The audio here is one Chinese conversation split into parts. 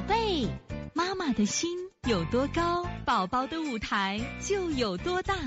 宝贝，妈妈的心有多高，宝宝的舞台就有多大。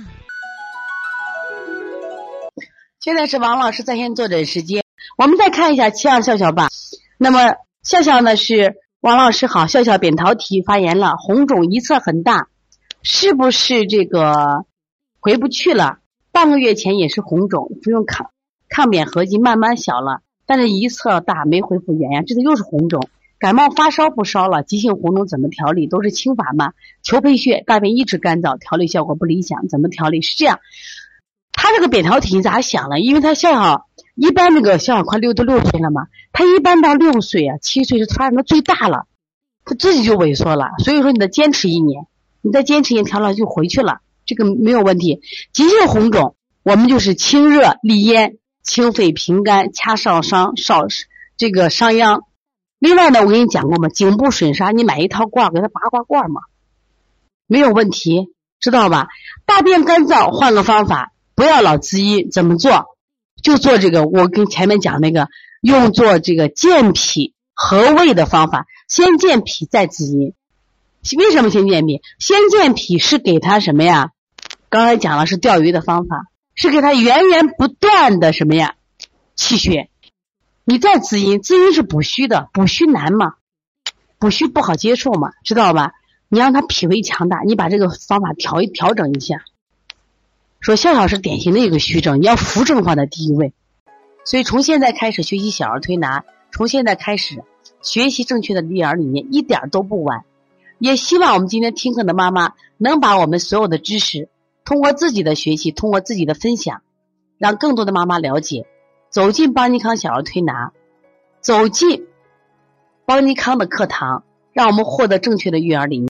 现在是王老师在线坐诊时间，我们再看一下7号笑笑吧。那么笑笑呢是王老师好，笑笑扁桃体发炎了，红肿一侧很大，是不是这个回不去了？半个月前也是红肿，服用抗扁合剂慢慢小了，但是一侧大没恢复原样，这次又是红肿。感冒发烧不烧了，急性红肿怎么调理？都是清法吗？求配穴，大便一直干燥，调理效果不理想，怎么调理？是这样，他这个扁桃体咋想了？因为他笑笑一般这个笑笑快6岁了嘛，他一般到6岁啊7岁是发展的最大了，他自己就萎缩了。所以说你再坚持1年，你再坚持1年调了就回去了，这个没有问题。急性红肿我们就是清热利咽、清肺平肝、掐少伤这个伤阳。另外呢，我跟你讲过嘛，颈部损伤你买一套罐给它拔罐嘛，没有问题，知道吧？大便干燥换个方法，不要老滋阴，怎么做？就做这个我跟前面讲那个用做这个健脾和胃的方法，先健脾再滋阴。为什么先健脾？先健脾是给他什么呀？刚才讲了是钓鱼的方法，是给他源源不断的什么呀？气血。你再滋阴，滋阴是补虚的，补虚难嘛，补虚不好接受嘛，知道吧？你让他脾胃强大，你把这个方法调整一下。说笑笑是典型的一个虚症，你要扶正放在第一位。所以从现在开始学习小儿推拿，从现在开始学习正确的育儿理念，一点都不晚。也希望我们今天听课的妈妈能把我们所有的知识通过自己的学习，通过自己的分享，让更多的妈妈了解，走进邦尼康小儿推拿，走进邦尼康的课堂，让我们获得正确的育儿理念。